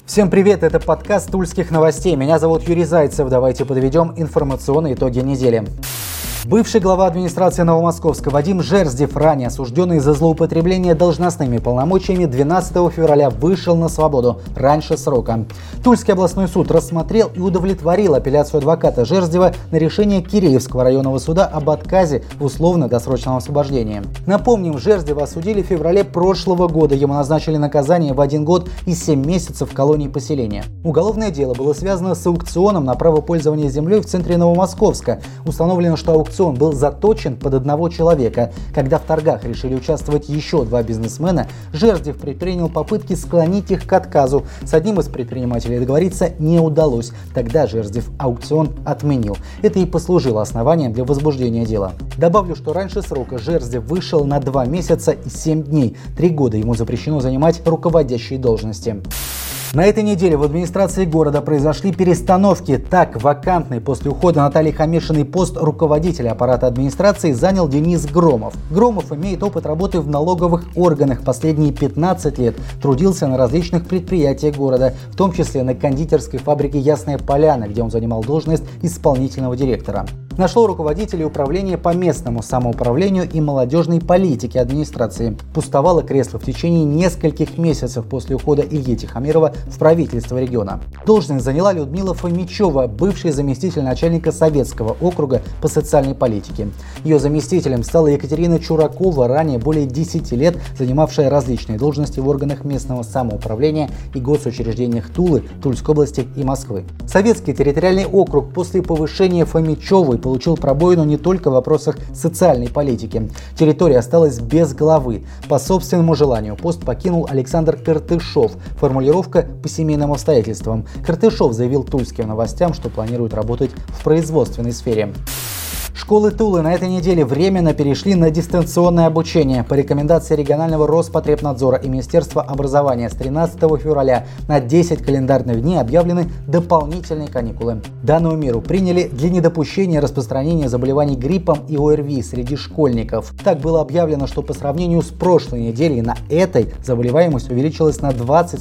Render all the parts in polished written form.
Всем привет, это подкаст Тульских новостей. Меня зовут Юрий Зайцев. Давайте подведем информационные итоги недели. Бывший глава администрации Новомосковска Вадим Жерздев, ранее осужденный за злоупотребление должностными полномочиями, 12 февраля вышел на свободу раньше срока. Тульский областной суд рассмотрел и удовлетворил апелляцию адвоката Жерздева на решение Киреевского районного суда об отказе в условно-досрочном освобождении. Напомним, Жерздева осудили в феврале прошлого года. Ему назначили наказание в 1 год и 7 месяцев в колонии поселения. Уголовное дело было связано с аукционом на право пользования землей в центре Новомосковска. Установлено, что аукцион был заточен под одного человека. Когда в торгах решили участвовать еще 2 бизнесмена, Жерздев предпринял попытки склонить их к отказу. С одним из предпринимателей договориться не удалось. Тогда Жерздев аукцион отменил. Это и послужило основанием для возбуждения дела. Добавлю, что раньше срока Жерздев вышел на 2 месяца и 7 дней. 3 года ему запрещено занимать руководящие должности. На этой неделе в администрации города произошли перестановки. Так, вакантный после ухода Натальи Хамешиной пост руководителя аппарата администрации занял Денис Громов. Громов имеет опыт работы в налоговых органах. Последние 15 лет трудился на различных предприятиях города, в том числе на кондитерской фабрике «Ясная Поляна», где он занимал должность исполнительного директора. Нашло руководителей управления по местному самоуправлению и молодежной политике администрации. Пустовало кресло в течение нескольких месяцев после ухода Ильи Тихомирова в правительство региона. Должность заняла Людмила Фомичева, бывший заместитель начальника Советского округа по социальной политике. Ее заместителем стала Екатерина Чуракова, ранее более 10 лет занимавшая различные должности в органах местного самоуправления и госучреждениях Тулы, Тульской области и Москвы. Советский территориальный округ после повышения Фомичевой получил пробоину не только в вопросах социальной политики. Территория осталась без главы. По собственному желанию пост покинул Александр Картышов. Формулировка «по семейным обстоятельствам». Картышов заявил Тульским новостям, что планирует работать в производственной сфере. Школы Тулы на этой неделе временно перешли на дистанционное обучение. По рекомендации регионального Роспотребнадзора и Министерства образования с 13 февраля на 10 календарных дней объявлены дополнительные каникулы. Данную меру приняли для недопущения распространения заболеваний гриппом и ОРВИ среди школьников. Так было объявлено, что по сравнению с прошлой неделей на этой заболеваемость увеличилась на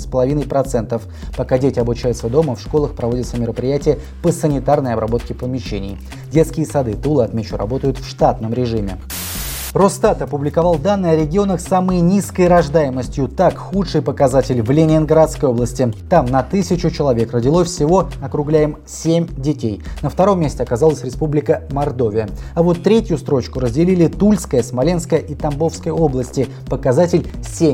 20,5%. Пока дети обучаются дома, в школах проводятся мероприятия по санитарной обработке помещений. Детские сады Тулы, отмечу, работают в штатном режиме. Росстат опубликовал данные о регионах с самой низкой рождаемостью. Так, худший показатель в Ленинградской области. Там на 1000 человек родилось всего, округляем, 7 детей. На втором месте оказалась Республика Мордовия. А вот третью строчку разделили Тульская, Смоленская и Тамбовская области. Показатель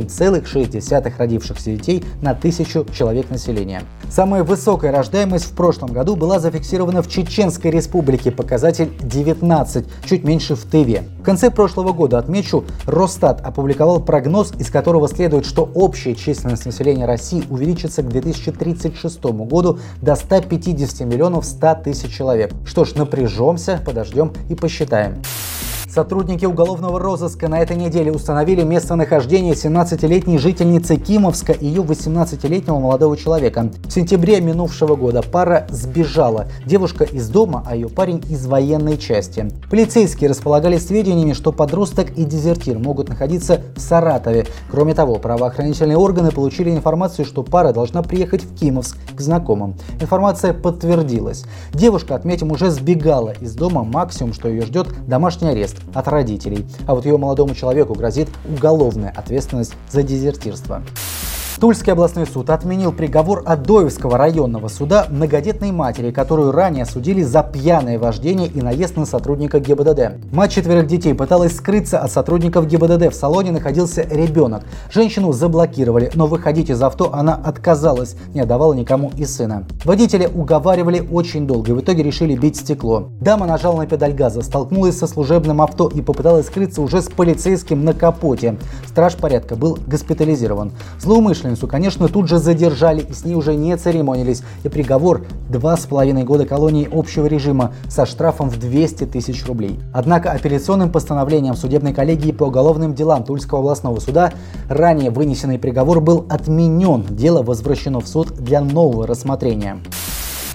7,6 родившихся детей на 1000 человек населения. Самая высокая рождаемость в прошлом году была зафиксирована в Чеченской республике. Показатель 19, чуть меньше в Тыве. В конце прошлого года, отмечу, Росстат опубликовал прогноз, из которого следует, что общая численность населения России увеличится к 2036 году до 150 миллионов 100 тысяч человек. Что ж, напряжемся, подождем и посчитаем. Сотрудники уголовного розыска на этой неделе установили местонахождение 17-летней жительницы Кимовска и ее 18-летнего молодого человека. В сентябре минувшего года пара сбежала. Девушка из дома, а ее парень из военной части. Полицейские располагали сведениями, что подросток и дезертир могут находиться в Саратове. Кроме того, правоохранительные органы получили информацию, что пара должна приехать в Кимовск к знакомым. Информация подтвердилась. Девушка, отметим, уже сбегала из дома, максимум, что ее ждет, домашний арест от родителей. А вот ее молодому человеку грозит уголовная ответственность за дезертирство. Тульский областной суд отменил приговор Адоевского районного суда многодетной матери, которую ранее осудили за пьяное вождение и наезд на сотрудника ГИБДД. Мать 4 детей пыталась скрыться от сотрудников ГИБДД. В салоне находился ребенок. Женщину заблокировали, но выходить из авто она отказалась, не отдавала никому из сына. Водителя уговаривали очень долго и в итоге решили бить стекло. Дама нажала на педаль газа, столкнулась со служебным авто и попыталась скрыться уже с полицейским на капоте. Страж порядка был госпитализирован. Злоумышленник, конечно, тут же задержали и с ней уже не церемонились. И приговор 2,5 года колонии общего режима со штрафом в 200 тысяч рублей. Однако апелляционным постановлением судебной коллегии по уголовным делам Тульского областного суда ранее вынесенный приговор был отменен. Дело возвращено в суд для нового рассмотрения.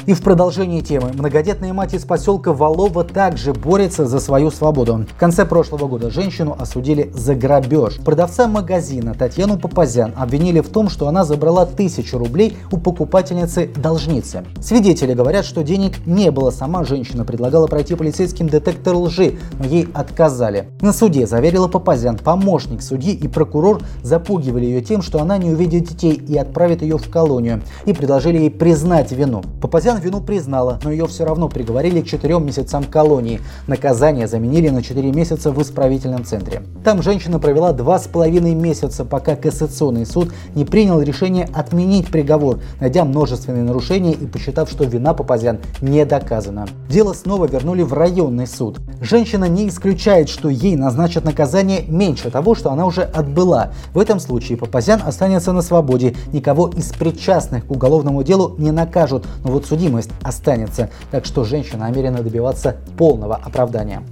И в продолжении темы. Многодетная мать из поселка Волово также борется за свою свободу. В конце прошлого года женщину осудили за грабеж. Продавца магазина Татьяну Папазян обвинили в том, что она забрала 1000 рублей у покупательницы-должницы. Свидетели говорят, что денег не было. Сама женщина предлагала пройти полицейским детектор лжи, но ей отказали. На суде заверила Папазян, помощник судьи и прокурор запугивали ее тем, что она не увидит детей и отправит ее в колонию, и предложили ей признать вину. Папазян вину признала, но ее все равно приговорили к 4 месяцам колонии. Наказание заменили на 4 месяца в исправительном центре. Там женщина провела 2,5 месяца, пока Кассационный суд не принял решение отменить приговор, найдя множественные нарушения и посчитав, что вина Папазян не доказана. Дело снова вернули в районный суд. Женщина не исключает, что ей назначат наказание меньше того, что она уже отбыла. В этом случае Папазян останется на свободе. Никого из причастных к уголовному делу не накажут, но вот судимость останется. Так что женщина намерена добиваться полного оправдания.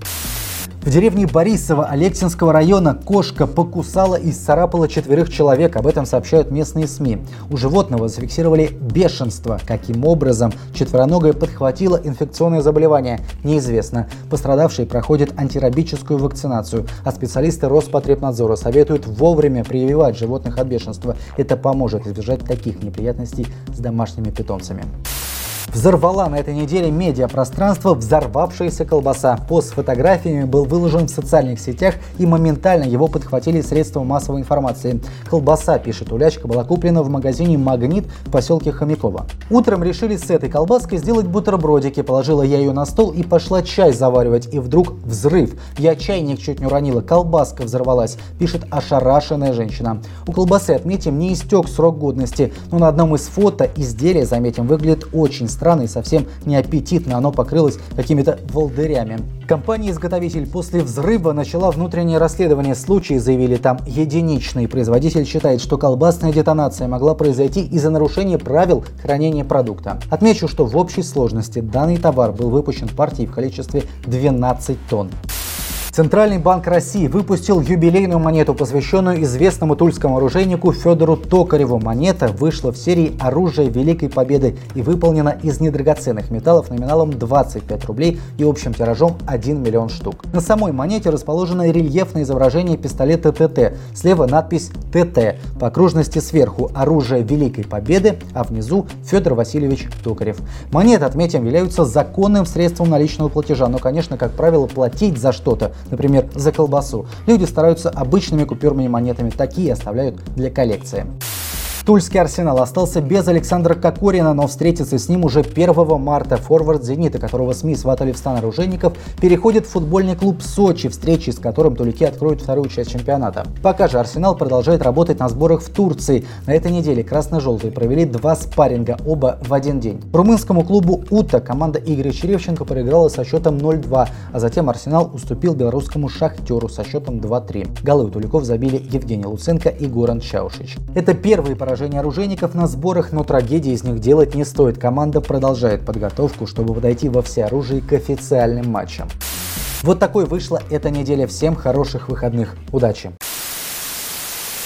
В деревне Борисово Алексинского района кошка покусала и исцарапала 4 человек. Об этом сообщают местные СМИ. У животного зафиксировали бешенство. Каким образом четвероногая подхватила инфекционное заболевание, неизвестно. Пострадавшие проходят антирабическую вакцинацию, а специалисты Роспотребнадзора советуют вовремя прививать животных от бешенства. Это поможет избежать таких неприятностей с домашними питомцами. Взорвала на этой неделе медиапространство взорвавшаяся колбаса. Пост с фотографиями был выложен в социальных сетях и моментально его подхватили средства массовой информации. Колбаса, пишет Улячка, была куплена в магазине «Магнит» в поселке Хомяково. Утром решили с этой колбаской сделать бутербродики. Положила я ее на стол и пошла чай заваривать. И вдруг взрыв. Я чайник чуть не уронила, колбаска взорвалась, пишет ошарашенная женщина. У колбасы, отметим, не истек срок годности, но на одном из фото изделие, заметим, выглядит очень странно и совсем не аппетитно, оно покрылось какими-то волдырями. Компания-изготовитель после взрыва начала внутреннее расследование. Случаи, заявили там, единичный. Производитель считает, что колбасная детонация могла произойти из-за нарушения правил хранения продукта. Отмечу, что в общей сложности данный товар был выпущен в партии в количестве 12 тонн. Центральный банк России выпустил юбилейную монету, посвященную известному тульскому оружейнику Федору Токареву. Монета вышла в серии «Оружие Великой Победы» и выполнена из недрагоценных металлов номиналом 25 рублей и общим тиражом 1 миллион штук. На самой монете расположено рельефное изображение пистолета ТТ. Слева надпись «ТТ». По окружности сверху «Оружие Великой Победы», а внизу Федор Васильевич Токарев. Монеты, отметим, являются законным средством наличного платежа, но, конечно, как правило, платить за что-то, например, за колбасу, люди стараются обычными купюрными монетами, такие оставляют для коллекции. Тульский Арсенал остался без Александра Кокорина, но встретиться с ним уже 1 марта. Форвард «Зенита», которого СМИ сватали в стан оружейников, переходит в футбольный клуб «Сочи», встречи с которым тулики откроют вторую часть чемпионата. Пока же Арсенал продолжает работать на сборах в Турции. На этой неделе красно-желтые провели 2 спарринга, оба в один день. Румынскому клубу «Ута» команда Игоря Черевченко проиграла со счетом 0-2, а затем Арсенал уступил белорусскому «Шахтеру» со счетом 2-3. Голы у туликов забили Евгений Луценко и Горан Чаушич. Это первые поражения оружейников на сборах, но трагедии из них делать не стоит. Команда продолжает подготовку, чтобы подойти во всеоружии к официальным матчам. Вот такой вышла эта неделя. Всем хороших выходных. Удачи!